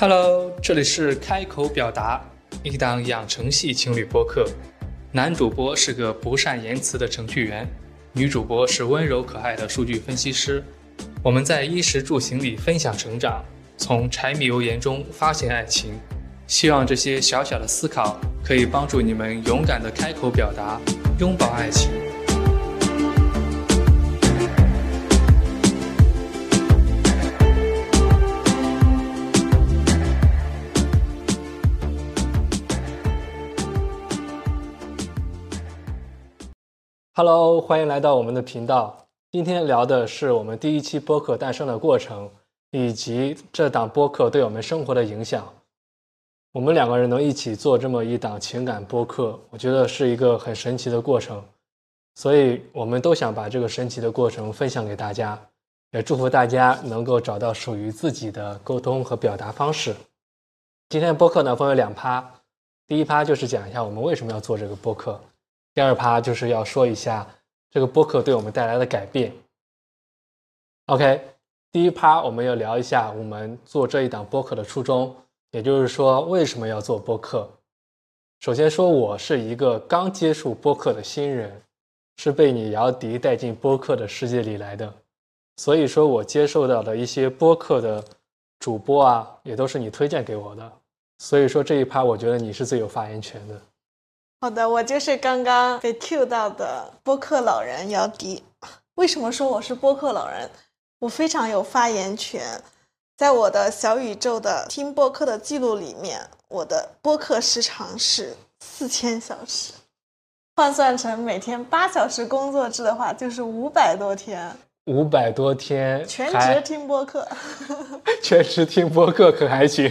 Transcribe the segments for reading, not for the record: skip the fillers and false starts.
Hello， 这里是开口表达，一档养成系情侣播客。男主播是个不善言辞的程序员，女主播是温柔可爱的数据分析师。我们在衣食住行里分享成长，从柴米油盐中发现爱情。希望这些小小的思考可以帮助你们勇敢地开口表达，拥抱爱情。Hello， 欢迎来到我们的频道。今天聊的是我们第一期播客诞生的过程，以及这档播客对我们生活的影响。我们两个人能一起做这么一档情感播客，我觉得是一个很神奇的过程，所以我们都想把这个神奇的过程分享给大家，也祝福大家能够找到属于自己的沟通和表达方式。今天的播客呢分为2趴，第一趴就是讲一下我们为什么要做这个播客，第二趴就是要说一下这个播客对我们带来的改变。 OK， 第一趴我们要聊一下我们做这一档播客的初衷，也就是说为什么要做播客。首先说我是一个刚接触播客的新人，是被你姚笛带进播客的世界里来的，所以说我接受到的一些播客的主播啊也都是你推荐给我的，所以说这一趴我觉得你是最有发言权的。 好的，我就是刚刚被 cue 到的播客老人姚笛。为什么说我是播客老人？我非常有发言权。在我的小宇宙的听播客的记录里面，我的播客时长是4000小时，换算成每天8小时工作制的话，就是500多天。 500多天全职听播客全职听播客可还行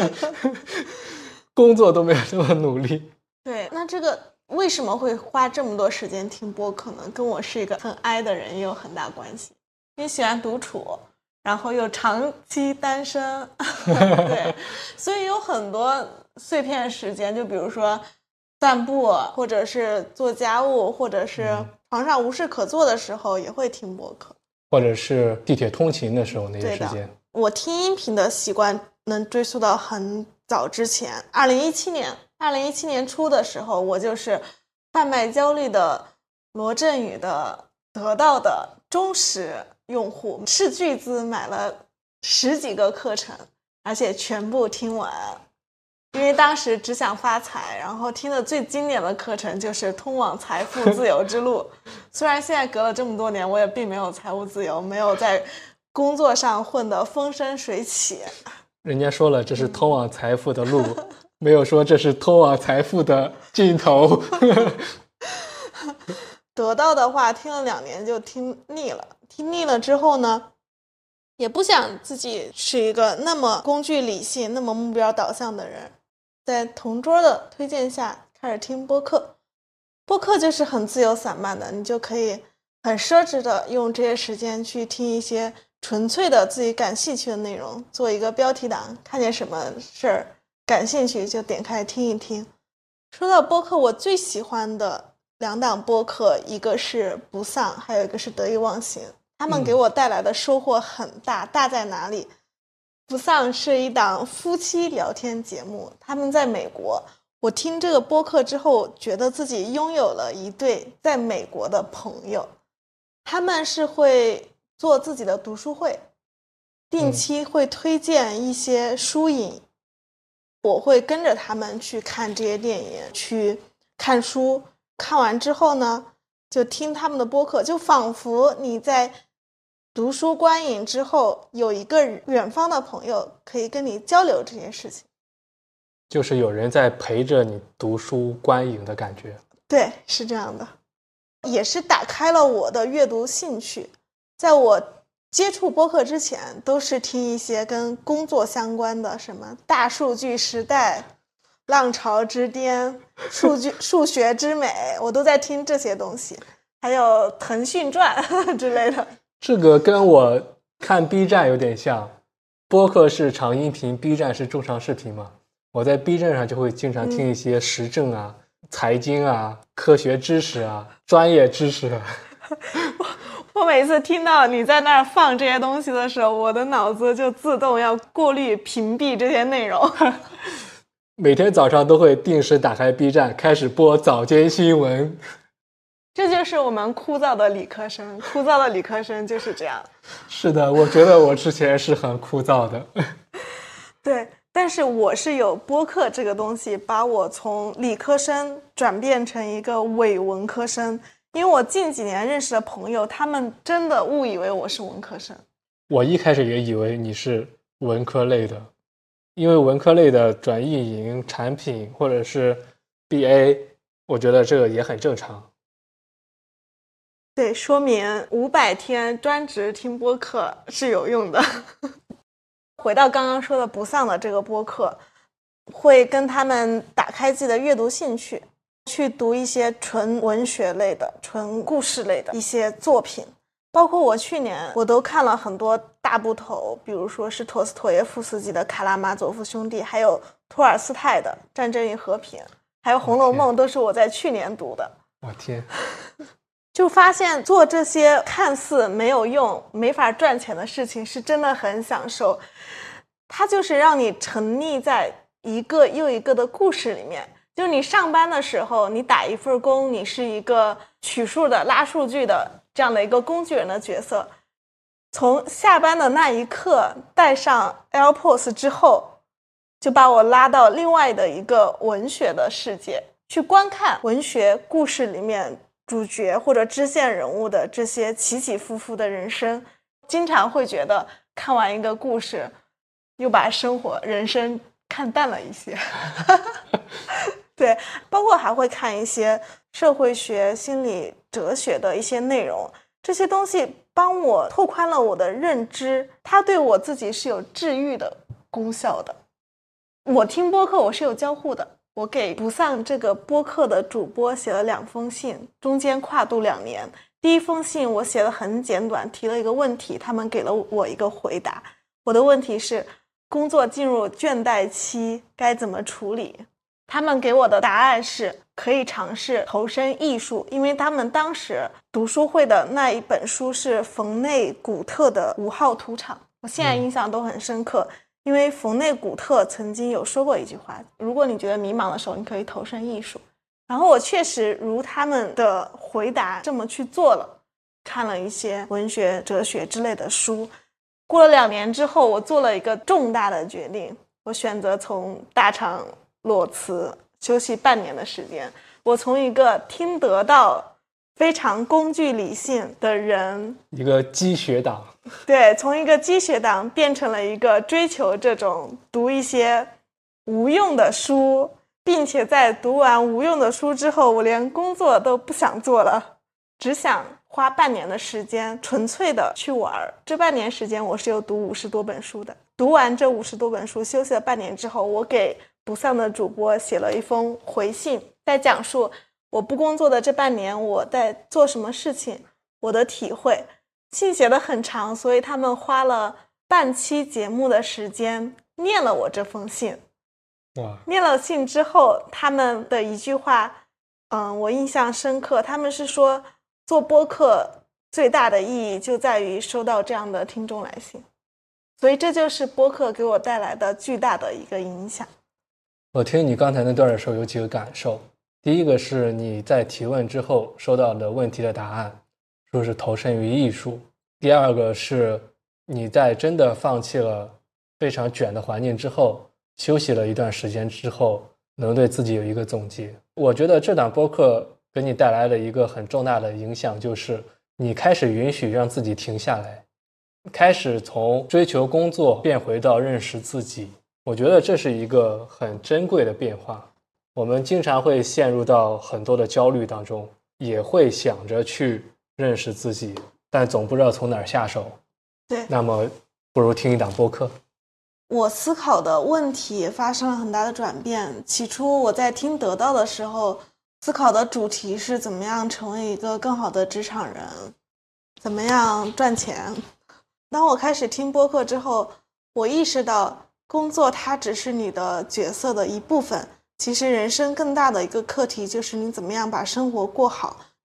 工作都没有这么努力。 对，那这个为什么会花这么多时间听播客呢？跟我是一个很 I 的人也有很大关系，因为喜欢独处，然后又长期单身对，所以有很多碎片时间，就比如说散步，或者是做家务，或者是床上无事可做的时候也会听播客， 或者是地铁通勤的时候那些时间。 我听音频的习惯能追溯到很早之前，2017年初的时候，我就是贩卖焦虑的罗振宇的得到的忠实用户，斥巨资买了10几个课程，而且全部听完。因为当时只想发财，然后听的最经典的课程就是通往财富自由之路。虽然现在隔了这么多年，我也并没有财务自由，没有在工作上混得风生水起。 人家说了这是通往财富的路没有说这是通往财富的尽头得到的话听了2年就听腻了之后呢，也不想自己是一个那么工具理性那么目标导向的人，在同桌的推荐下开始听播客。播客就是很自由散漫的，你就可以很奢侈的用这些时间去听一些纯粹的自己感兴趣的内容，做一个标题党，看见什么事儿感兴趣就点开听一听。说到播客，我最喜欢的2档播客，一个是不丧，还有一个是得意忘形，他们给我带来的收获很大。大在哪里？不丧是一档夫妻聊天节目，他们在美国，我听这个播客之后觉得自己拥有了一对在美国的朋友，他们是会做自己的读书会，定期会推荐一些书影，我会跟着他们去看这些电影，去看书，看完之后呢就听他们的播客，就仿佛你在读书观影之后有一个远方的朋友可以跟你交流这件事情， 就是有人在陪着你读书观影的感觉。 对，是这样的，也是打开了我的阅读兴趣。在我接触播客之前都是听一些跟工作相关的，什么大数据时代、浪潮之巅、数学之美，我都在听这些东西，还有腾讯传之类的。 这个跟我看 B 站有点像，播客是长音频， B 站是中长视频嘛。我在 B 站上就会经常听一些时政啊、财经啊、科学知识啊、专业知识啊我每次听到你在那儿放这些东西的时候，我的脑子就自动要过滤屏蔽这些内容。 每天早上都会定时打开 B 站，开始播早间新闻。 这就是我们枯燥的理科生，枯燥的理科生就是这样。 是的，我觉得我之前是很枯燥的。 对，但是我是有播客这个东西，把我从理科生转变成一个伪文科生。因为我近几年认识的朋友，他们真的误以为我是文科生。 我一开始也以为你是文科类的，因为文科类的转运营、产品或者是 BA， 我觉得这个也很正常。 对，说明500天专职听播客是有用的。回到刚刚说的不丧的这个播客，会跟他们打开自己的阅读兴趣，去读一些纯文学类的、纯故事类的一些作品。包括我去年我都看了很多大部头，比如说是陀思妥耶夫斯基的《卡拉马佐夫兄弟》，还有托尔斯泰的《战争与和平》，还有《红楼梦》，都是我在去年读的。 我天！ 就发现做这些看似没有用、没法赚钱的事情是真的很享受。它就是让你沉溺在一个又一个的故事里面。就是你上班的时候，你打一份工，你是一个取数的、拉数据的这样的一个工具人的角色。从下班的那一刻带上 AirPods 之后，就把我拉到另外的一个文学的世界，去观看文学故事里面主角或者支线人物的这些起起伏伏的人生。经常会觉得看完一个故事，又把人生看淡了一些。对，包括还会看一些社会学、心理哲学的一些内容，这些东西帮我拓宽了我的认知，它对我自己是有治愈的功效的。我听播客我是有交互的，我给不丧这个播客的主播写了2封信，中间跨度2年。第一封信我写的很简短，提了一个问题，他们给了我一个回答。我的问题是工作进入倦怠期该怎么处理，他们给我的答案是可以尝试投身艺术，因为他们当时读书会的那一本书是冯内古特的5号屠场，我现在印象都很深刻。因为冯内古特曾经有说过一句话，如果你觉得迷茫的时候，你可以投身艺术。然后我确实如他们的回答这么去做了，看了一些文学、哲学之类的书。过了2年之后，我做了一个重大的决定，我选择从大厂裸辞，休息半年的时间。我从一个听得到非常工具理性的人， 一个积学党， 对，从一个积学党变成了一个追求这种读一些无用的书，并且在读完无用的书之后，我连工作都不想做了，只想花半年的时间纯粹的去玩。这半年时间我是有读50多本书的。读完这50多本书，休息了半年之后，我给不丧的主播写了一封回信，在讲述我不工作的这半年我在做什么事情，我的体会。信写的很长，所以他们花了半期节目的时间念了我这封信。念了信之后，他们的一句话我印象深刻，他们是说做播客最大的意义就在于收到这样的听众来信，所以这就是播客给我带来的巨大的一个影响。 我听你刚才那段的时候有几个感受，第一个是你在提问之后收到的问题的答案，说是投身于艺术。第二个是你在真的放弃了非常卷的环境之后，休息了一段时间之后，能对自己有一个总结。我觉得这档播客给你带来的一个很重大的影响，就是你开始允许让自己停下来，开始从追求工作变回到认识自己。我觉得这是一个很珍贵的变化。我们经常会陷入到很多的焦虑当中，也会想着去认识自己，但总不知道从哪儿下手。 对， 那么不如听一档播客。 我思考的问题也发生了很大的转变。起初我在听得到的时候，思考的主题是怎么样成为一个更好的职场人，怎么样赚钱。当我开始听播客之后，我意识到工作它只是你的角色的一部分，其实人生更大的一个课题就是你怎么样把生活过好，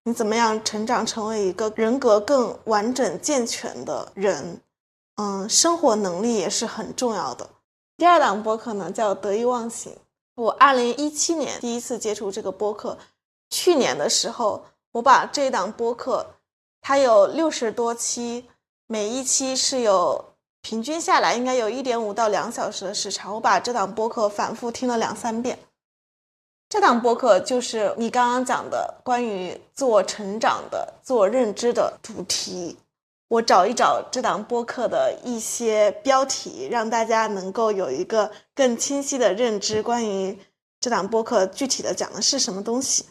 你怎么样成长成为一个人格更完整健全的人，生活能力也是很重要的。第二档播客呢叫得意忘形，我2017年第一次接触这个播客，去年的时候我把这档播客，它有60多期，每一期是有平均下来应该有1.5到2小时的时长，我把这档播客反复听了2-3遍。这档播客就是你刚刚讲的关于自我成长的、自我认知的主题。我找一找这档播客的一些标题，让大家能够有一个更清晰的认知，关于这档播客具体的讲的是什么东西。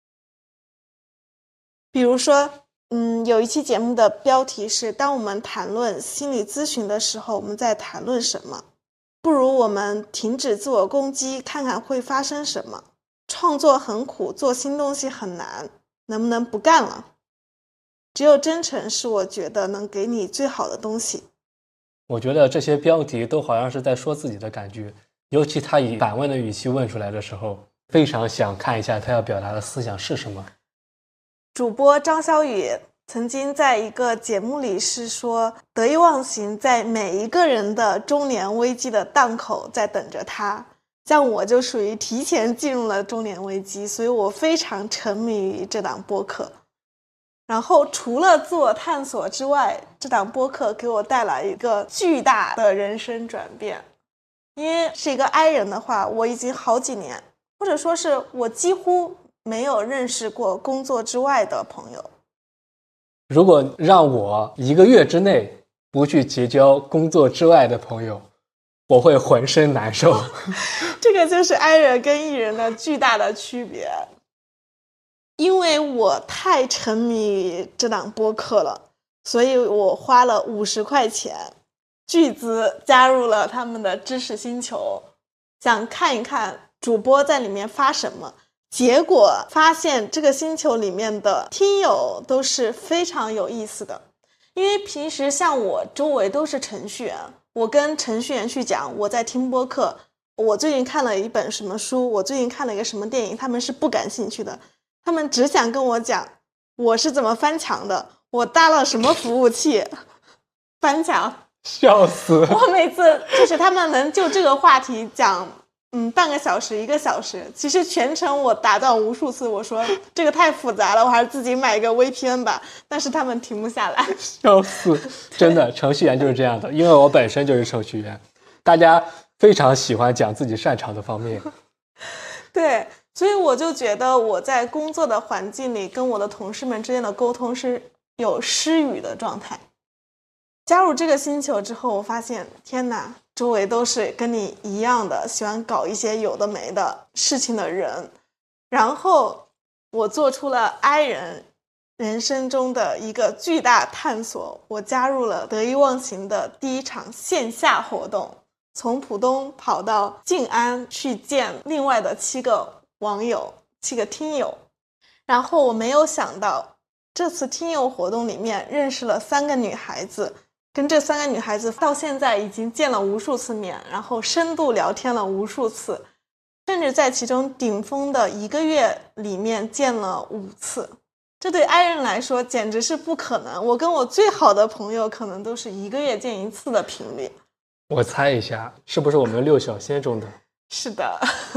比如说有一期节目的标题是当我们谈论心理咨询的时候，我们在谈论什么？不如我们停止自我攻击，看看会发生什么。创作很苦，做新东西很难，能不能不干了？只有真诚是我觉得能给你最好的东西。 我觉得这些标题都好像是在说自己的感觉，尤其他以反问的语气问出来的时候，非常想看一下他要表达的思想是什么。 主播张小雨曾经在一个节目里是说，得意忘形在每一个人的中年危机的档口在等着他。像我就属于提前进入了中年危机，所以我非常沉迷于这档播客。然后除了自我探索之外，这档播客给我带来一个巨大的人生转变。因为是一个 I 人的话，我已经好几年，或者说是我几乎没有认识过工作之外的朋友。 如果让我1个月之内不去结交工作之外的朋友，我会浑身难受。 这个就是 I 人跟 E 人的巨大的区别。因为我太沉迷于这档播客了，所以我花了50块钱巨资加入了他们的知识星球，想看一看主播在里面发什么。结果发现这个星球里面的听友都是非常有意思的。因为平时像我周围都是程序员，我跟程序员去讲我在听播客，我最近看了一本什么书，我最近看了一个什么电影，他们是不感兴趣的。他们只想跟我讲我是怎么翻墙的，我搭了什么服务器翻墙。 笑死。 我每次就是他们能就这个话题讲半个小时1个小时，其实全程我打断无数次，我说这个太复杂了，我还是自己买一个 VPN 吧，但是他们停不下来。 笑死。真的程序员就是这样的，因为我本身就是程序员，大家非常喜欢讲自己擅长的方面。 对，所以我就觉得我在工作的环境里跟我的同事们之间的沟通是有失语的状态。加入这个星球之后，我发现天哪，周围都是跟你一样的喜欢搞一些有的没的事情的人。然后我做出了 I 人人生中的一个巨大探索，我加入了得意忘形的第一场线下活动，从浦东跑到静安去见另外的7个网友，7个听友。然后我没有想到这次听友活动里面认识了3个女孩子，跟这3个女孩子到现在已经见了无数次面，然后深度聊天了无数次，甚至在其中顶峰的1个月里面见了5次。这对 I 人来说简直是不可能，我跟我最好的朋友可能都是1个月见1次的频率。 我猜一下，是不是我们6小仙中的？ 是的。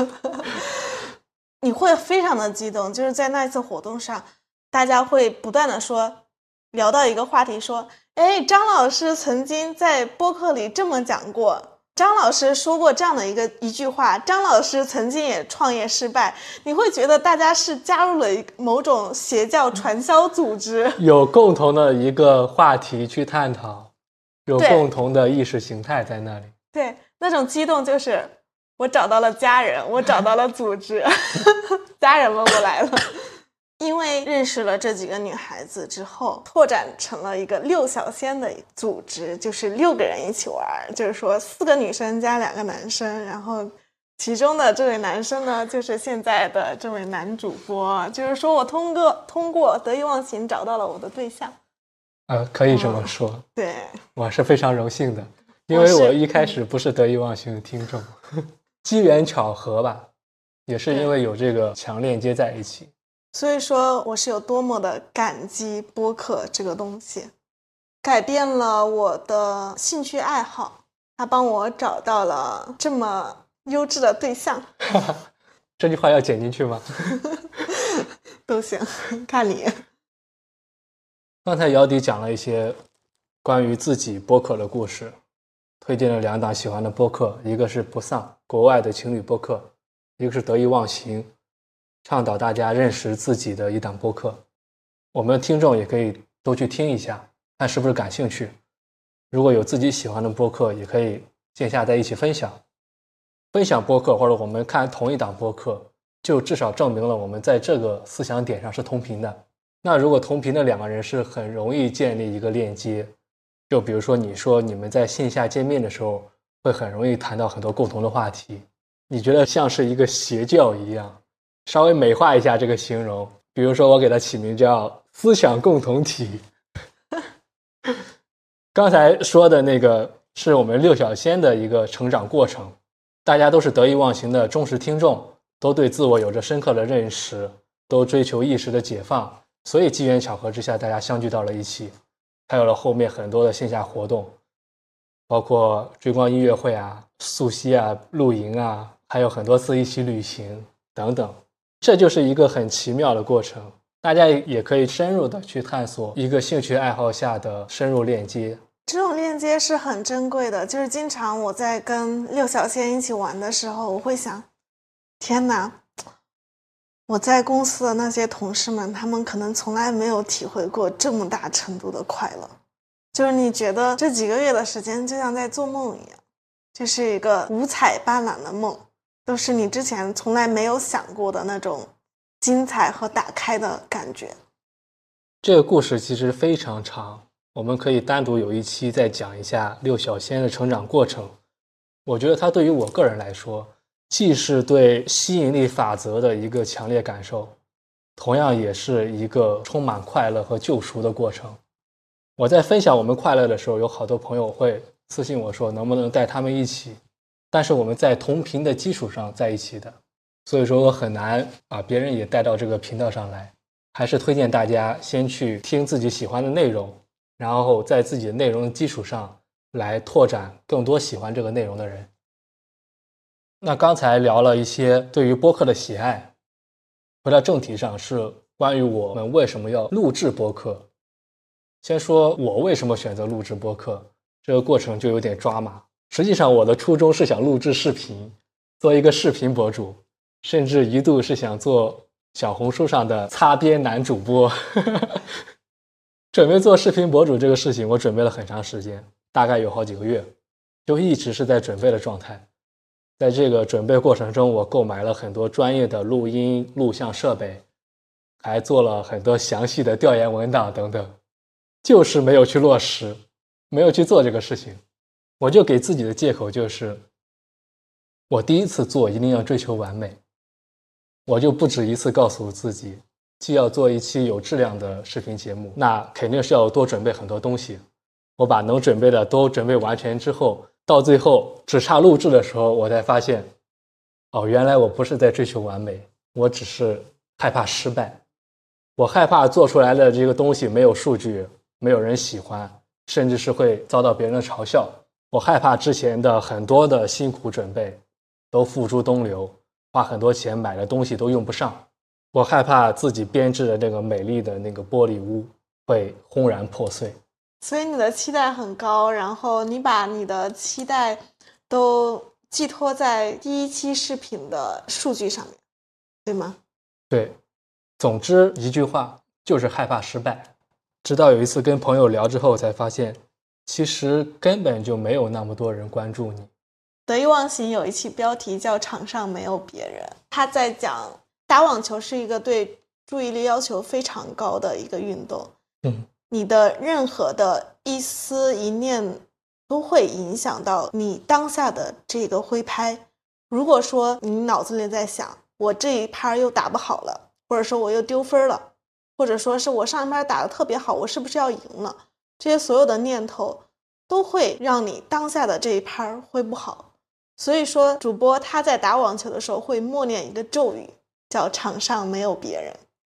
你会非常的激动，就是在那一次活动上，大家会不断的说，聊到一个话题说，哎，张老师曾经在播客里这么讲过，张老师说过这样的一句话，张老师曾经也创业失败。你会觉得大家是加入了某种邪教传销组织， 有共同的一个话题去探讨，有共同的意识形态在那里。 对，那种激动就是我找到了家人，我找到了组织。家人们我来了。因为认识了这几个女孩子之后，拓展成了一个6小仙的组织，就是6个人一起玩，就是说4个女生加2个男生，然后其中的这位男生呢，就是现在的这位男主播，就是说我通过得意忘形找到了我的对象。 可以这么说。 对， 我是非常荣幸的，因为我一开始不是得意忘形的听众。机缘巧合吧，也是因为有这个强链接在一起。 所以说我是有多么的感激播客这个东西，改变了我的兴趣爱好，它帮我找到了这么优质的对象。 这句话要剪进去吗？ 都行，看你。 刚才姚迪讲了一些关于自己播客的故事，推荐了2档喜欢的播客，一个是不丧，国外的情侣播客，一个是得意忘形，倡导大家认识自己的一档播客。我们听众也可以都去听一下，看是不是感兴趣。如果有自己喜欢的播客，也可以线下在一起分享。分享播客或者我们看同一档播客，就至少证明了我们在这个思想点上是同频的。那如果同频的2个人是很容易建立一个链接，就比如说你说你们在线下见面的时候会很容易谈到很多共同的话题，你觉得像是一个邪教一样，稍微美化一下这个形容，比如说我给它起名叫思想共同体。刚才说的那个是我们6小仙的一个成长过程，大家都是得意忘形的忠实听众，都对自我有着深刻的认识，都追求意识的解放，所以机缘巧合之下大家相聚到了一起，还有了后面很多的线下活动，包括追光音乐会啊、溯溪啊、露营啊，还有很多次一起旅行等等。这就是一个很奇妙的过程，大家也可以深入的去探索一个兴趣爱好下的深入链接。 这种链接是很珍贵的，就是经常我在跟6小仙一起玩的时候，我会想，天哪，我在公司的那些同事们，他们可能从来没有体会过这么大程度的快乐，就是你觉得这几个月的时间就像在做梦一样，这是一个五彩斑斓的梦，都是你之前从来没有想过的那种精彩和打开的感觉。 这个故事其实非常长，我们可以单独有一期再讲一下6小仙的成长过程。我觉得它对于我个人来说，既是对吸引力法则的一个强烈感受，同样也是一个充满快乐和救赎的过程。我在分享我们快乐的时候，有好多朋友会私信我说能不能带他们一起，但是我们在同频的基础上在一起的，所以说我很难把别人也带到这个频道上来。还是推荐大家先去听自己喜欢的内容，然后在自己的内容的基础上来拓展更多喜欢这个内容的人。那刚才聊了一些对于播客的喜爱，回到正题上，是关于我们为什么要录制播客。先说我为什么选择录制播客，这个过程就有点抓马。实际上我的初衷是想录制视频，做一个视频博主，甚至一度是想做小红书上的擦边男主播。准备做视频博主这个事情，我准备了很长时间，大概有好几个月，就一直是在准备的状态。在这个准备过程中，我购买了很多专业的录音录像设备，还做了很多详细的调研文档等等，就是没有去落实，没有去做这个事情。我就给自己的借口就是，我第一次做一定要追求完美，我就不止一次告诉自己，既要做一期有质量的视频节目，那肯定是要多准备很多东西。我把能准备的都准备完全之后，到最后只差录制的时候，我才发现，哦，原来我不是在追求完美，我只是害怕失败。我害怕做出来的这个东西没有数据，没有人喜欢，甚至是会遭到别人的嘲笑。我害怕之前的很多的辛苦准备都付诸东流，花很多钱买的东西都用不上。我害怕自己编织的那个美丽的那个玻璃屋会轰然破碎。 所以你的期待很高，然后你把你的期待都寄托在第一期视频的数据上面，对吗？ 对，总之一句话，就是害怕失败。直到有一次跟朋友聊之后才发现，其实根本就没有那么多人关注你。 得意忘形有一期标题叫场上没有别人，他在讲打网球是一个对注意力要求非常高的一个运动，你的任何的一丝一念都会影响到你当下的这个挥拍。如果说你脑子里在想我这一拍又打不好了，或者说我又丢分了，或者说是我上一拍打得特别好，我是不是要赢了，这些所有的念头都会让你当下的这一拍挥不好。所以说主播他在打网球的时候会默念一个咒语，叫场上没有别人。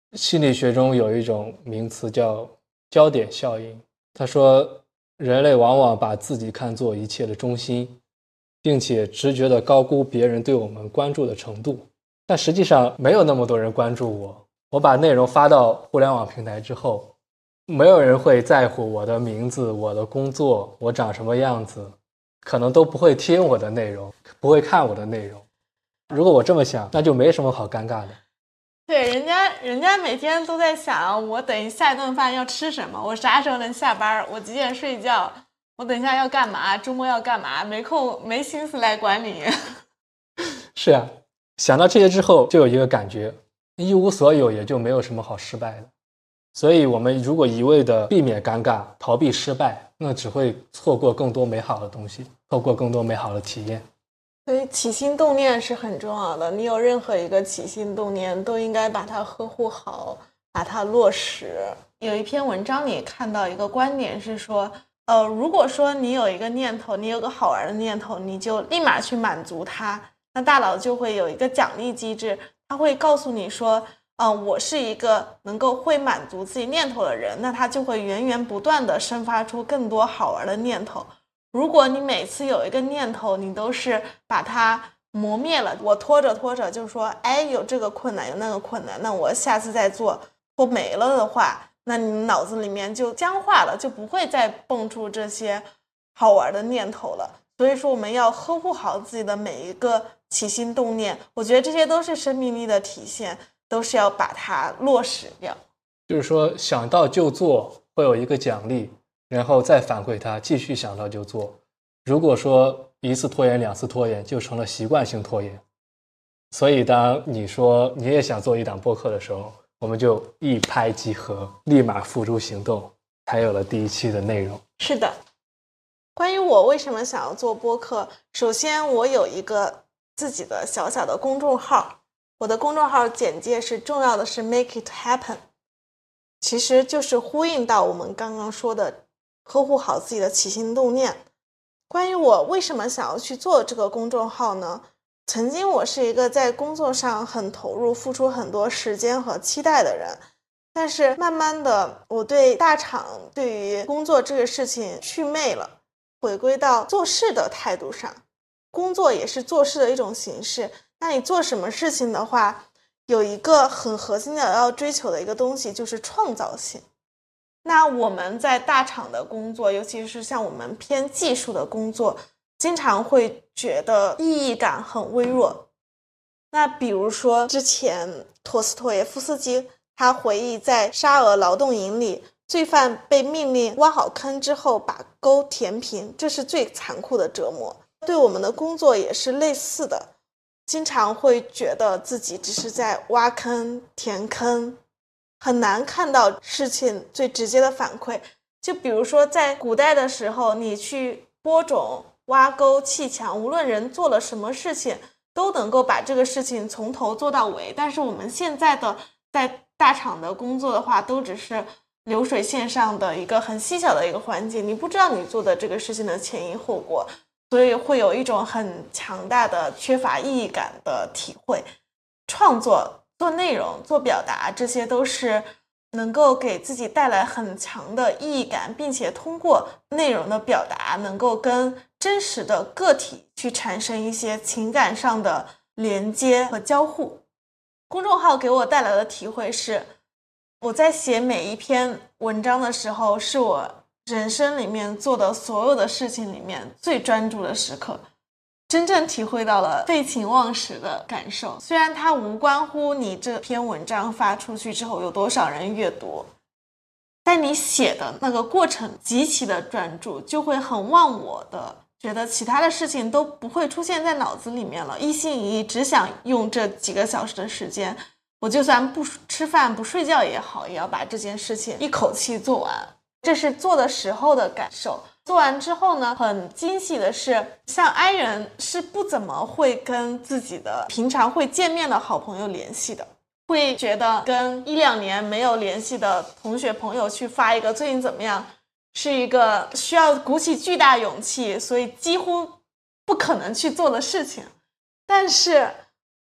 心理学中有一种名词叫焦点效应，他说人类往往把自己看作一切的中心，并且直觉地高估别人对我们关注的程度。但实际上没有那么多人关注我，我把内容发到互联网平台之后，没有人会在乎我的名字、我的工作、我长什么样子，可能都不会听我的内容，不会看我的内容。如果我这么想，那就没什么好尴尬的。 对，人家每天都在想，我等一下一顿饭要吃什么，我啥时候能下班，我几点睡觉，我等一下要干嘛，周末要干嘛，没空没心思来管你。 是啊，想到这些之后，就有一个感觉，一无所有也就没有什么好失败的。所以我们如果一味的避免尴尬，逃避失败，那只会错过更多美好的东西，错过更多美好的体验。 所以起心动念是很重要的，你有任何一个起心动念都应该把它呵护好，把它落实。有一篇文章里看到一个观点是说，如果说你有一个念头，你有个好玩的念头，你就立马去满足它，那大脑就会有一个奖励机制，它会告诉你说，我是一个能够会满足自己念头的人，那它就会源源不断的生发出更多好玩的念头。如果你每次有一个念头，你都是把它磨灭了，我拖着拖着就说，哎，有这个困难，有那个困难，那我下次再做，拖没了的话，那你脑子里面就僵化了，就不会再蹦出这些好玩的念头了。所以说我们要呵护好自己的每一个起心动念，我觉得这些都是生命力的体现，都是要把它落实掉。 就是说想到就做，会有一个奖励，然后再反馈他继续想到就做。如果说一次拖延两次拖延，就成了习惯性拖延。所以当你说你也想做一档播客的时候，我们就一拍即合，立马付诸行动，才有了第一期的内容。 是的，关于我为什么想要做播客，首先我有一个自己的小小的公众号，我的公众号简介是重要的是 make it happen， 其实就是呼应到我们刚刚说的呵护好自己的起心动念。关于我为什么想要去做这个公众号呢？曾经我是一个在工作上很投入，付出很多时间和期待的人，但是慢慢的我对大厂对于工作这个事情祛魅了，回归到做事的态度上。工作也是做事的一种形式，那你做什么事情的话，有一个很核心的要追求的一个东西，就是创造性。那我们在大厂的工作，尤其是像我们偏技术的工作，经常会觉得意义感很微弱。那比如说之前陀思妥耶夫斯基他回忆在沙俄劳动营里，罪犯被命令挖好坑之后把沟填平，这是最残酷的折磨。对我们的工作也是类似的，经常会觉得自己只是在挖坑填坑，很难看到事情最直接的反馈。就比如说在古代的时候，你去播种、挖沟、砌墙，无论人做了什么事情，都能够把这个事情从头做到尾。但是我们现在的在大厂的工作的话，都只是流水线上的一个很细小的一个环节，你不知道你做的这个事情的前因后果，所以会有一种很强大的缺乏意义感的体会。创作、做内容、做表达，这些都是能够给自己带来很强的意义感，并且通过内容的表达能够跟真实的个体去产生一些情感上的连接和交互。公众号给我带来的体会是，我在写每一篇文章的时候，是我人生里面做的所有的事情里面最专注的时刻，真正体会到了废寝忘食的感受。虽然它无关乎你这篇文章发出去之后有多少人阅读，但你写的那个过程极其的专注，就会很忘我的觉得其他的事情都不会出现在脑子里面了，一心一意只想用这几个小时的时间，我就算不吃饭不睡觉也好，也要把这件事情一口气做完。这是做的时候的感受。做完之后呢，很惊喜的是，像 I 人是不怎么会跟自己的平常会见面的好朋友联系的，会觉得跟1-2年没有联系的同学朋友去发一个最近怎么样，是一个需要鼓起巨大勇气，所以几乎不可能去做的事情。但是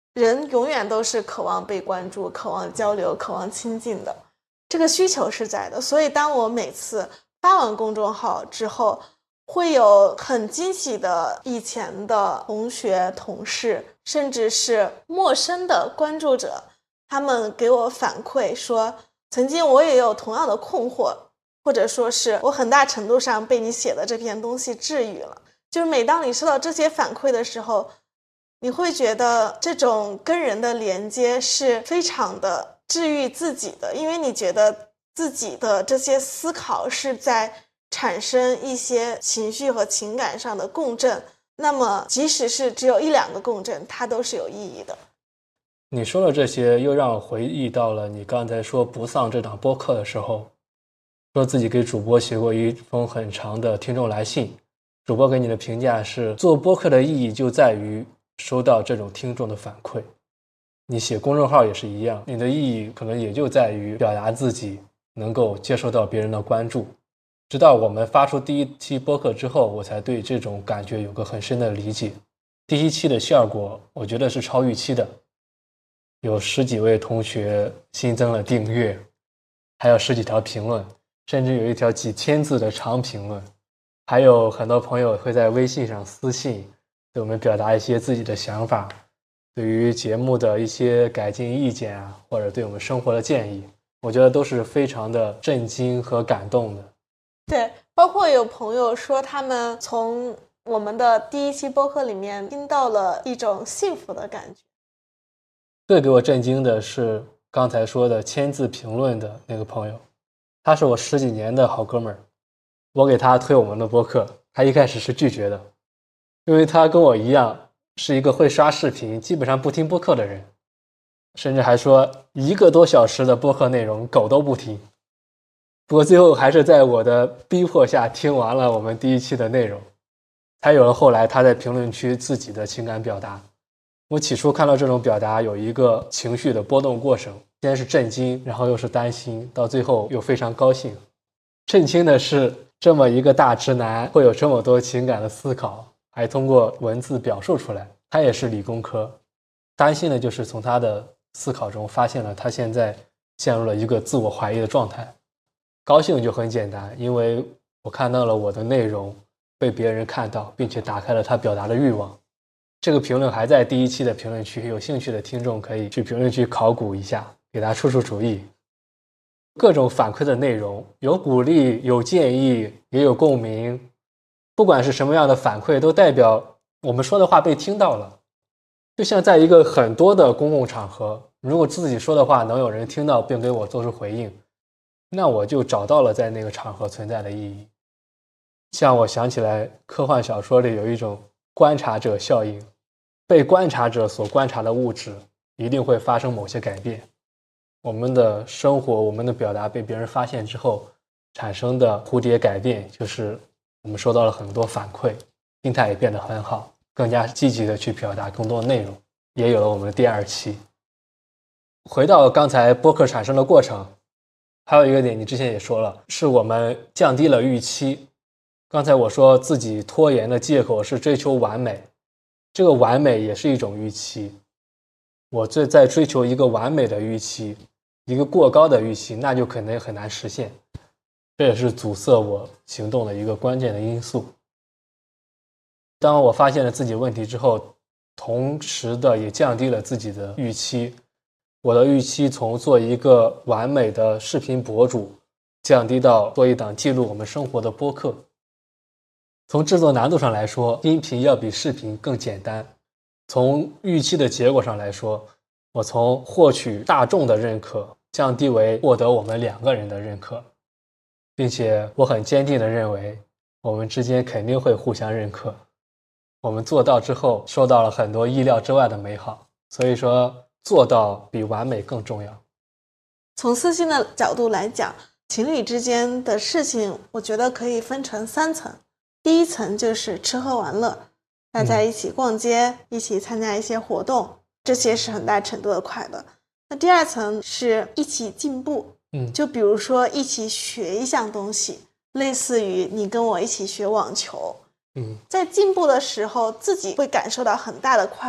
人永远都是渴望被关注、渴望交流、渴望亲近的，这个需求是在的。所以当我每次发完公众号之后，会有很惊喜的以前的同学、同事，甚至是陌生的关注者，他们给我反馈说，曾经我也有同样的困惑，或者说是我很大程度上被你写的这篇东西治愈了。就是每当你收到这些反馈的时候，你会觉得这种跟人的连接是非常的治愈自己的，因为你觉得自己的这些思考是在产生一些情绪和情感上的共振，那么即使是只有1-2个共振，它都是有意义的。 你说的这些又让我回忆到了你刚才说不丧这档播客的时候，说自己给主播写过一封很长的听众来信，主播给你的评价是，做播客的意义就在于收到这种听众的反馈。你写公众号也是一样，你的意义可能也就在于表达自己，能够接受到别人的关注。直到我们发出第1期播客之后，我才对这种感觉有个很深的理解。第1期的效果我觉得是超预期的，有10几位同学新增了订阅，还有10几条评论，甚至有一条几千字的长评论，还有很多朋友会在微信上私信对我们表达一些自己的想法，对于节目的一些改进意见啊，或者对我们生活的建议，我觉得都是非常的震惊和感动的。 对，包括有朋友说他们从我们的第1期播客里面听到了一种幸福的感觉。 最给我震惊的是刚才说的签字评论的那个朋友，他是我10几年的好哥们儿，我给他推我们的播客，他一开始是拒绝的，因为他跟我一样是一个会刷视频基本上不听播客的人，甚至还说1个多小时的播客内容狗都不听。不过最后还是在我的逼迫下听完了我们第1期的内容，才有了后来他在评论区自己的情感表达。我起初看到这种表达有一个情绪的波动过程，先是震惊，然后又是担心，到最后又非常高兴。震惊的是这么一个大直男会有这么多情感的思考，还通过文字表述出来，他也是理工科。担心的就是从他的思考中发现了他现在陷入了一个自我怀疑的状态。高兴就很简单，因为我看到了我的内容被别人看到，并且打开了他表达的欲望。这个评论还在第1期的评论区，有兴趣的听众可以去评论区考古一下，给他出主意。各种反馈的内容，有鼓励，有建议，也有共鸣，不管是什么样的反馈，都代表我们说的话被听到了。就像在一个很多的公共场合，如果自己说的话能有人听到并给我做出回应，那我就找到了在那个场合存在的意义。像我想起来科幻小说里有一种观察者效应，被观察者所观察的物质一定会发生某些改变。我们的生活，我们的表达被别人发现之后产生的蝴蝶改变，就是我们收到了很多反馈，心态也变得很好，更加积极的去表达更多内容，也有了我们的第2期。回到刚才播客产生的过程，还有一个点你之前也说了，是我们降低了预期。刚才我说自己拖延的借口是追求完美，这个完美也是一种预期。我在追求一个完美的预期，一个过高的预期，那就可能很难实现，这也是阻塞我行动的一个关键的因素。当我发现了自己问题之后，同时的也降低了自己的预期。我的预期从做一个完美的视频博主降低到做一档记录我们生活的播客。从制作难度上来说，音频要比视频更简单。从预期的结果上来说，我从获取大众的认可降低为获得我们2个人的认可，并且我很坚定地认为我们之间肯定会互相认可。我们做到之后收到了很多意料之外的美好，所以说做到比完美更重要。 从私心的角度来讲，情侣之间的事情我觉得可以分成3层。第1层就是吃喝玩乐，大家一起逛街，一起参加一些活动，这些是很大程度的快乐。那第2层是一起进步，就比如说一起学一项东西，类似于你跟我一起学网球，在进步的时候自己会感受到很大的快乐，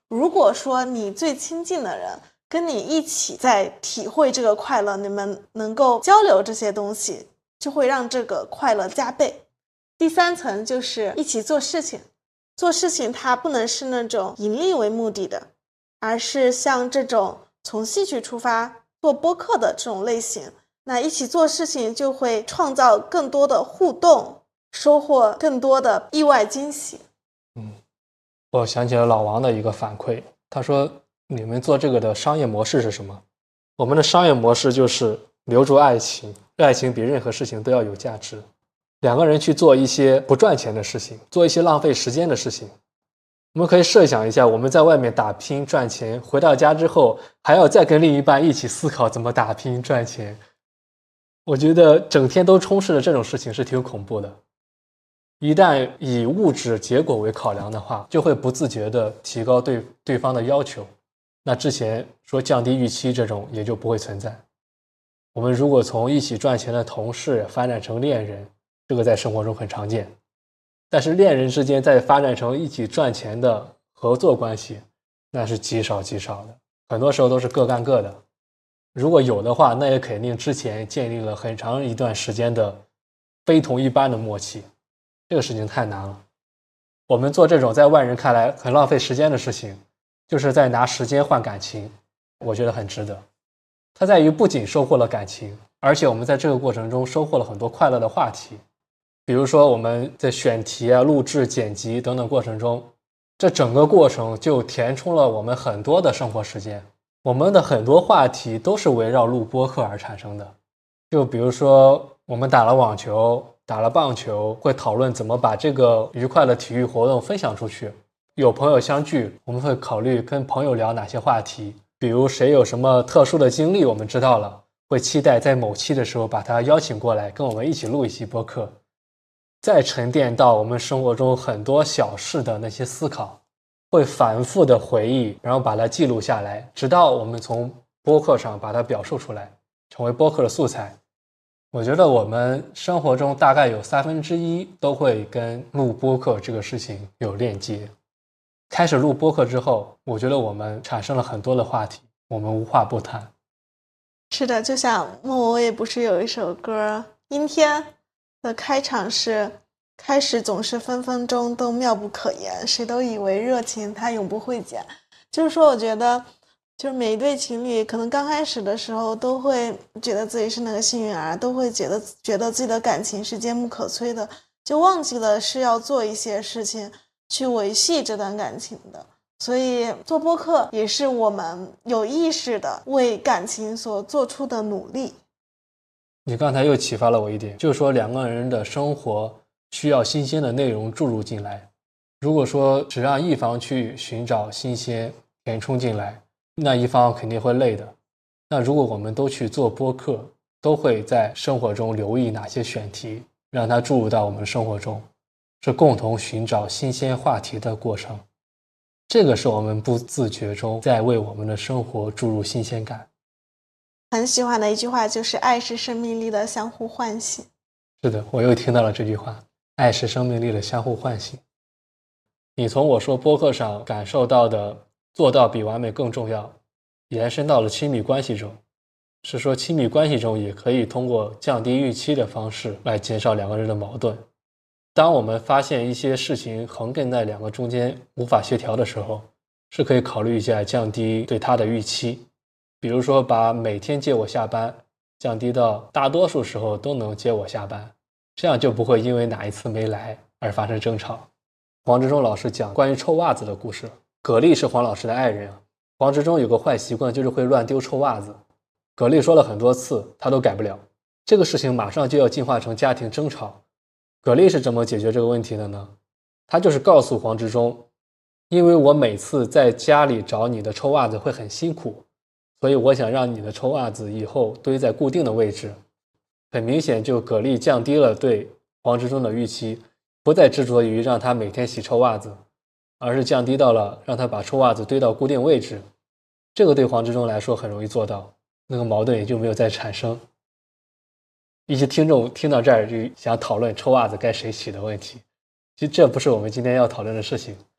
如果说你最亲近的人跟你一起在体会这个快乐，你们能够交流这些东西，就会让这个快乐加倍。第三层就是一起做事情，做事情它不能是那种盈利为目的的，而是像这种从兴趣出发做播客的这种类型，那一起做事情就会创造更多的互动，收获更多的意外惊喜。 我想起了老王的一个反馈，他说你们做这个的商业模式是什么？我们的商业模式就是留住爱情，爱情比任何事情都要有价值。两个人去做一些不赚钱的事情，做一些浪费时间的事情。我们可以设想一下，我们在外面打拼赚钱，回到家之后还要再跟另一半一起思考怎么打拼赚钱。我觉得整天都充斥着这种事情是挺恐怖的。一旦以物质结果为考量的话，就会不自觉地提高对方的要求。那之前说降低预期这种也就不会存在。我们如果从一起赚钱的同事发展成恋人，这个在生活中很常见。但是恋人之间再发展成一起赚钱的合作关系，那是极少极少的，很多时候都是各干各的。如果有的话，那也肯定之前建立了很长一段时间的非同一般的默契，这个事情太难了。我们做这种在外人看来很浪费时间的事情，就是在拿时间换感情，我觉得很值得。它在于不仅收获了感情，而且我们在这个过程中收获了很多快乐的话题。比如说我们在选题啊、录制、剪辑等等过程中，这整个过程就填充了我们很多的生活时间。我们的很多话题都是围绕录播客而产生的。就比如说我们打了网球、打了棒球，会讨论怎么把这个愉快的体育活动分享出去。有朋友相聚，我们会考虑跟朋友聊哪些话题，比如谁有什么特殊的经历我们知道了，会期待在某期的时候把他邀请过来跟我们一起录一期播客。再沉淀到我们生活中很多小事的那些思考，会反复的回忆，然后把它记录下来，直到我们从播客上把它表述出来，成为播客的素材。我觉得我们生活中大概有1/3都会跟录播客这个事情有链接。开始录播客之后，我觉得我们产生了很多的话题，我们无话不谈。 是的，就像莫文蔚不是有一首歌《阴天》的开场是开始总是分分钟都妙不可言，谁都以为热情它永不会减。就是说我觉得就是每一对情侣可能刚开始的时候都会觉得自己是那个幸运儿，都会觉得自己的感情是坚不可摧的，就忘记了是要做一些事情去维系这段感情的。所以做播客也是我们有意识的为感情所做出的努力。 你刚才又启发了我一点，就是说两个人的生活需要新鲜的内容注入进来。如果说只让一方去寻找新鲜填充进来，那一方肯定会累的。那如果我们都去做播客，都会在生活中留意哪些选题，让它注入到我们的生活中，是共同寻找新鲜话题的过程。这个是我们不自觉中在为我们的生活注入新鲜感。 很喜欢的一句话就是爱是生命力的相互唤醒。 是的，我又听到了这句话，爱是生命力的相互唤醒。你从我说播客上感受到的做到比完美更重要，延伸到了亲密关系中，是说亲密关系中也可以通过降低预期的方式来减少两个人的矛盾。当我们发现一些事情横亘在两个中间无法协调的时候，是可以考虑一下降低对他的预期。比如说把每天接我下班降低到大多数时候都能接我下班，这样就不会因为哪一次没来而发生争吵。黄执中老师讲关于臭袜子的故事，葛丽是黄老师的爱人，黄执中有个坏习惯，就是会乱丢臭袜子。葛丽说了很多次他都改不了，这个事情马上就要进化成家庭争吵。葛丽是怎么解决这个问题的呢？他就是告诉黄执中，因为我每次在家里找你的臭袜子会很辛苦，所以我想让你的臭袜子以后堆在固定的位置。很明显，就葛丽降低了对黄执中的预期，不再执着于让他每天洗臭袜子，而是降低到了让他把臭袜子堆到固定位置。这个对黄执中来说很容易做到，那个矛盾也就没有再产生。一些听众听到这儿就想讨论臭袜子该谁洗的问题，其实这不是我们今天要讨论的事情。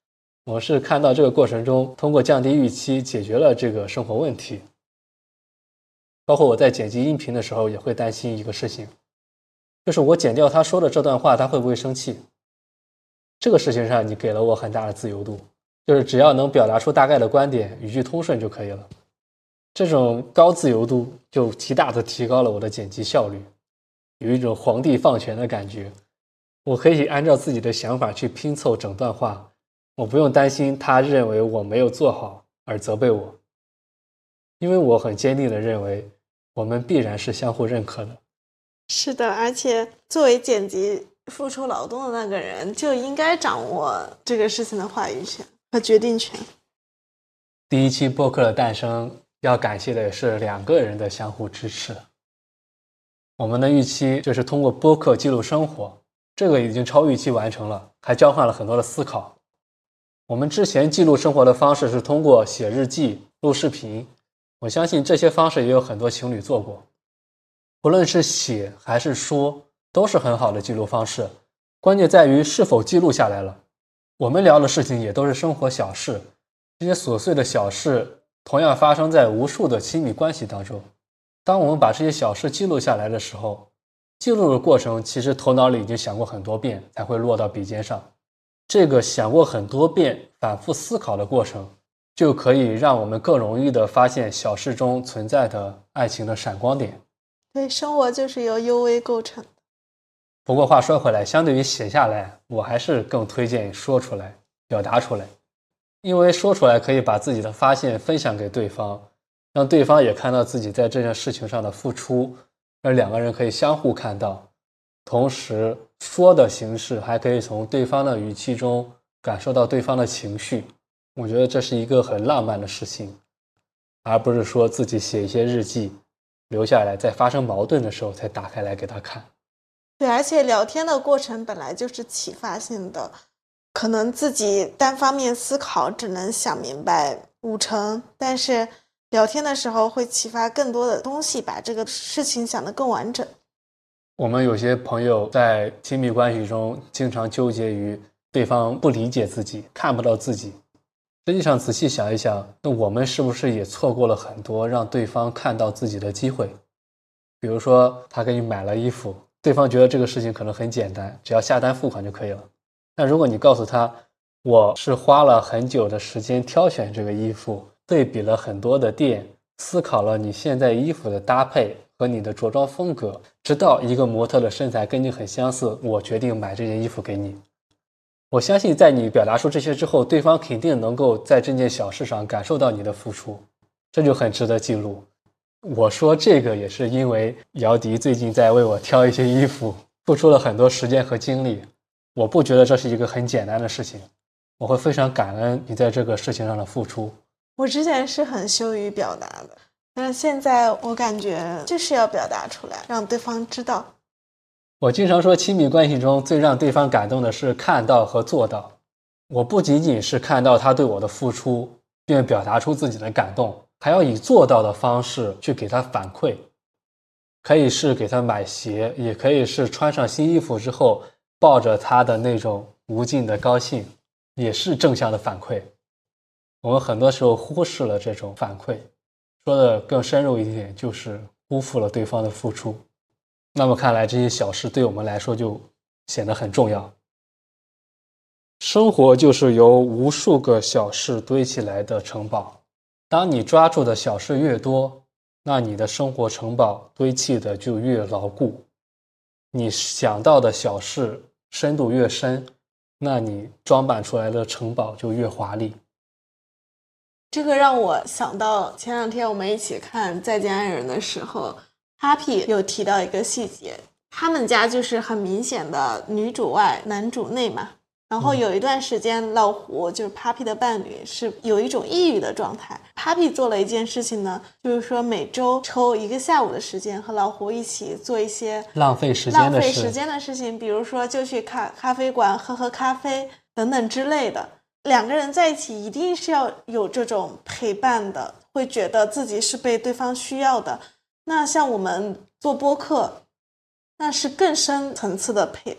我是看到这个过程中，通过降低预期解决了这个生活问题。包括我在剪辑音频的时候，也会担心一个事情，就是我剪掉他说的这段话，他会不会生气？这个事情上，你给了我很大的自由度，就是只要能表达出大概的观点，语句通顺就可以了。这种高自由度就极大的提高了我的剪辑效率，有一种皇帝放权的感觉。我可以按照自己的想法去拼凑整段话，我不用担心他认为我没有做好而责备我，因为我很坚定的认为我们必然是相互认可的。 是的，而且作为剪辑付出劳动的那个人，就应该掌握这个事情的话语权和决定权。 第一期播客的诞生，要感谢的也是2个人的相互支持。我们的预期就是通过播客记录生活，这个已经超预期完成了，还交换了很多的思考。我们之前记录生活的方式是通过写日记、录视频，我相信这些方式也有很多情侣做过。不论是写还是说，都是很好的记录方式，关键在于是否记录下来了。我们聊的事情也都是生活小事，这些琐碎的小事同样发生在无数的亲密关系当中。当我们把这些小事记录下来的时候，记录的过程其实头脑里已经想过很多遍才会落到笔尖上。这个想过很多遍反复思考的过程，就可以让我们更容易地发现小事中存在的爱情的闪光点。 对，生活就是由幽微构成。 不过话说回来，相对于写下来，我还是更推荐说出来，表达出来。因为说出来可以把自己的发现分享给对方，让对方也看到自己在这件事情上的付出，而2个人可以相互看到。同时，说的形式还可以从对方的语气中感受到对方的情绪。我觉得这是一个很浪漫的事情，而不是说自己写一些日记留下来，在发生矛盾的时候才打开来给他看。 对，而且聊天的过程本来就是启发性的，可能自己单方面思考只能想明白50%，但是聊天的时候会启发更多的东西，把这个事情想得更完整。 我们有些朋友在亲密关系中经常纠结于对方不理解自己，看不到自己。实际上仔细想一想，那我们是不是也错过了很多让对方看到自己的机会？比如说他给你买了衣服，对方觉得这个事情可能很简单，只要下单付款就可以了。但如果你告诉他，我是花了很久的时间挑选这个衣服，对比了很多的店，思考了你现在衣服的搭配和你的着装风格，直到一个模特的身材跟你很相似，我决定买这件衣服给你。我相信在你表达出这些之后，对方肯定能够在这件小事上感受到你的付出，这就很值得记录。我说这个也是因为姚迪最近在为我挑一些衣服，付出了很多时间和精力。我不觉得这是一个很简单的事情，我会非常感恩你在这个事情上的付出。 我之前是很羞于表达的，但是现在我感觉就是要表达出来，让对方知道。 我经常说，亲密关系中最让对方感动的是看到和做到。我不仅仅是看到他对我的付出，并表达出自己的感动，还要以做到的方式去给他反馈。可以是给他买鞋，也可以是穿上新衣服之后抱着他的那种无尽的高兴，也是正向的反馈。我们很多时候忽视了这种反馈，说的更深入一点，就是辜负了对方的付出。那么看来这些小事对我们来说就显得很重要。生活就是由无数个小事堆起来的城堡，当你抓住的小事越多，那你的生活城堡堆砌的就越牢固。你想到的小事深度越深，那你装扮出来的城堡就越华丽。 这个让我想到前2天我们一起看《再见爱人》的时候，Happy 有提到一个细节，他们家就是很明显的女主外男主内嘛。然后有一段时间，老胡就是 Papi 的伴侣是有一种抑郁的状态。Papi 做了一件事情呢，就是说每周抽1个下午的时间和老胡一起做一些浪费时间的事情，比如说就去咖啡馆喝咖啡等等之类的。2个人在一起一定是要有这种陪伴的，会觉得自己是被对方需要的。那像我们做播客，那是更深层次的陪伴，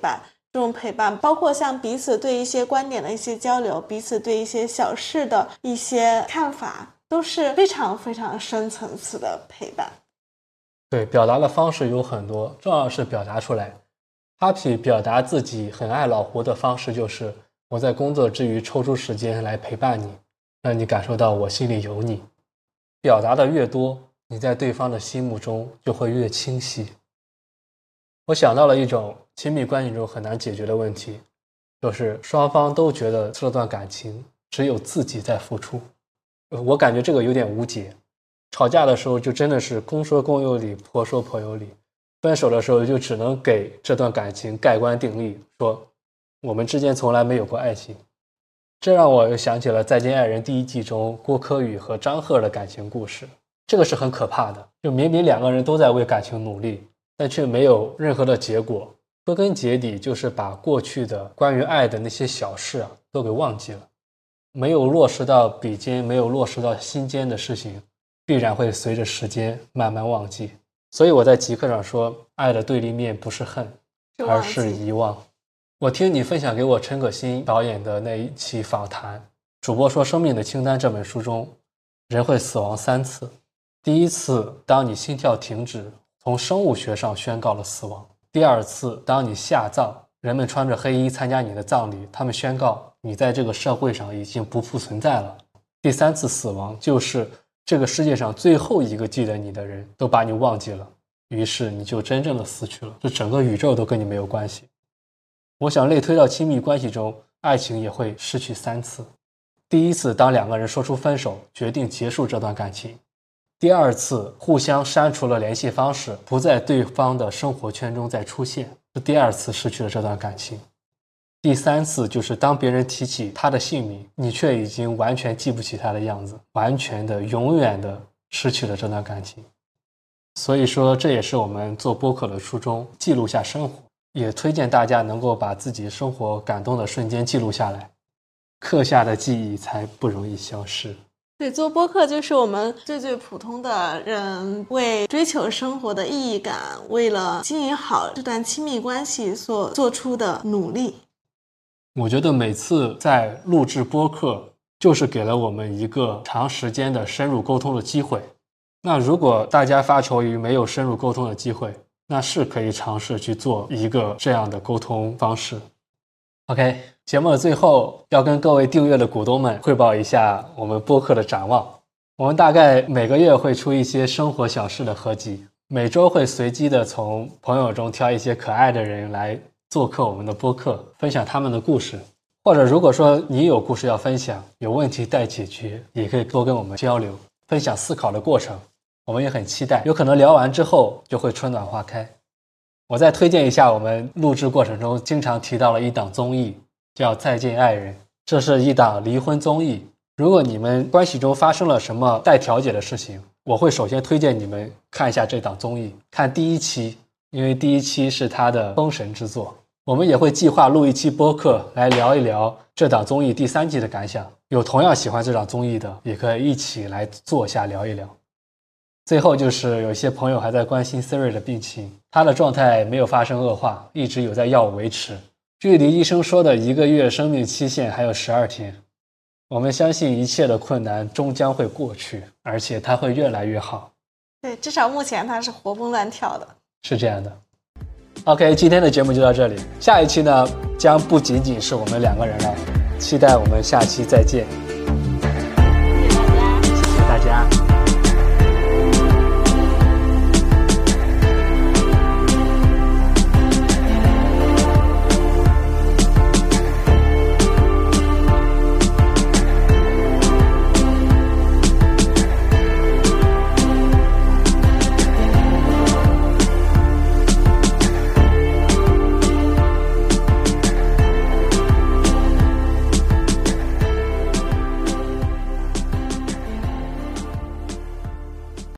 这种陪伴，包括像彼此对一些观点的一些交流，彼此对一些小事的一些看法，都是非常非常深层次的陪伴。 对，表达的方式有很多，重要是表达出来。Happy 表达自己很爱老胡的方式就是我在工作之余抽出时间来陪伴你，让你感受到我心里有你。表达的越多，你在对方的心目中就会越清晰。我想到了一种亲密关系中很难解决的问题，就是双方都觉得这段感情只有自己在付出。我感觉这个有点无解。吵架的时候就真的是公说公有理，婆说婆有理。分手的时候就只能给这段感情盖棺定论，说我们之间从来没有过爱情。这让我又想起了《再见爱人》第1季中郭柯宇和张赫的感情故事。这个是很可怕的，就明明两个人都在为感情努力，但却没有任何的结果。归根结底就是把过去的关于爱的那些小事都给忘记了，没有落实到笔尖，没有落实到心间的事情，必然会随着时间慢慢忘记。所以我在极客上说，爱的对立面不是恨，而是遗忘。我听你分享给我陈可辛导演的那一期访谈，主播说《生命的清单》这本书中，人会死亡3次。第一次，当你心跳停止，从生物学上宣告了死亡；第二次，当你下葬，人们穿着黑衣参加你的葬礼，他们宣告你在这个社会上已经不复存在了；第3次死亡，就是这个世界上最后一个记得你的人都把你忘记了，于是你就真正的死去了，这整个宇宙都跟你没有关系。我想类推到亲密关系中，爱情也会失去3次。第一次，当两个人说出分手，决定结束这段感情；第二次，互相删除了联系方式，不在对方的生活圈中再出现，是第二次失去了这段感情；第3次，就是当别人提起他的姓名，你却已经完全记不起他的样子，完全的永远的失去了这段感情。所以说，这也是我们做播客的初衷，记录下生活，也推荐大家能够把自己生活感动的瞬间记录下来，刻下的记忆才不容易消失。 对，做播客就是我们最普通的人为追求生活的意义感，为了经营好这段亲密关系所做出的努力。 我觉得每次在录制播客，就是给了我们一个长时间的深入沟通的机会。那如果大家发愁于没有深入沟通的机会，那是可以尝试去做一个这样的沟通方式。OK， 节目的最后要跟各位订阅的股东们汇报一下我们播客的展望。我们大概每个月会出一些生活小事的合集，每周会随机的从朋友中挑一些可爱的人来做客我们的播客，分享他们的故事。或者如果说你有故事要分享，有问题待解决，也可以多跟我们交流，分享思考的过程。我们也很期待，有可能聊完之后就会春暖花开。我再推荐一下我们录制过程中经常提到了一档综艺，叫《再见爱人》，这是一档离婚综艺。如果你们关系中发生了什么待调解的事情，我会首先推荐你们看一下这档综艺，看第1期，因为第1期是它的封神之作。我们也会计划录一期播客来聊一聊这档综艺第3季的感想，有同样喜欢这档综艺的，也可以一起来坐下聊一聊。最后就是有些朋友还在关心 Siri 的病情，他的状态没有发生恶化，一直有在药物维持，距离医生说的1个月生命期限还有12天。我们相信一切的困难终将会过去，而且他会越来越好。 对，至少目前他是活蹦乱跳的。 是这样的。OK， 今天的节目就到这里，下一期呢将不仅仅是我们2个人了，期待我们下期再见。 谢谢大家。 谢谢大家。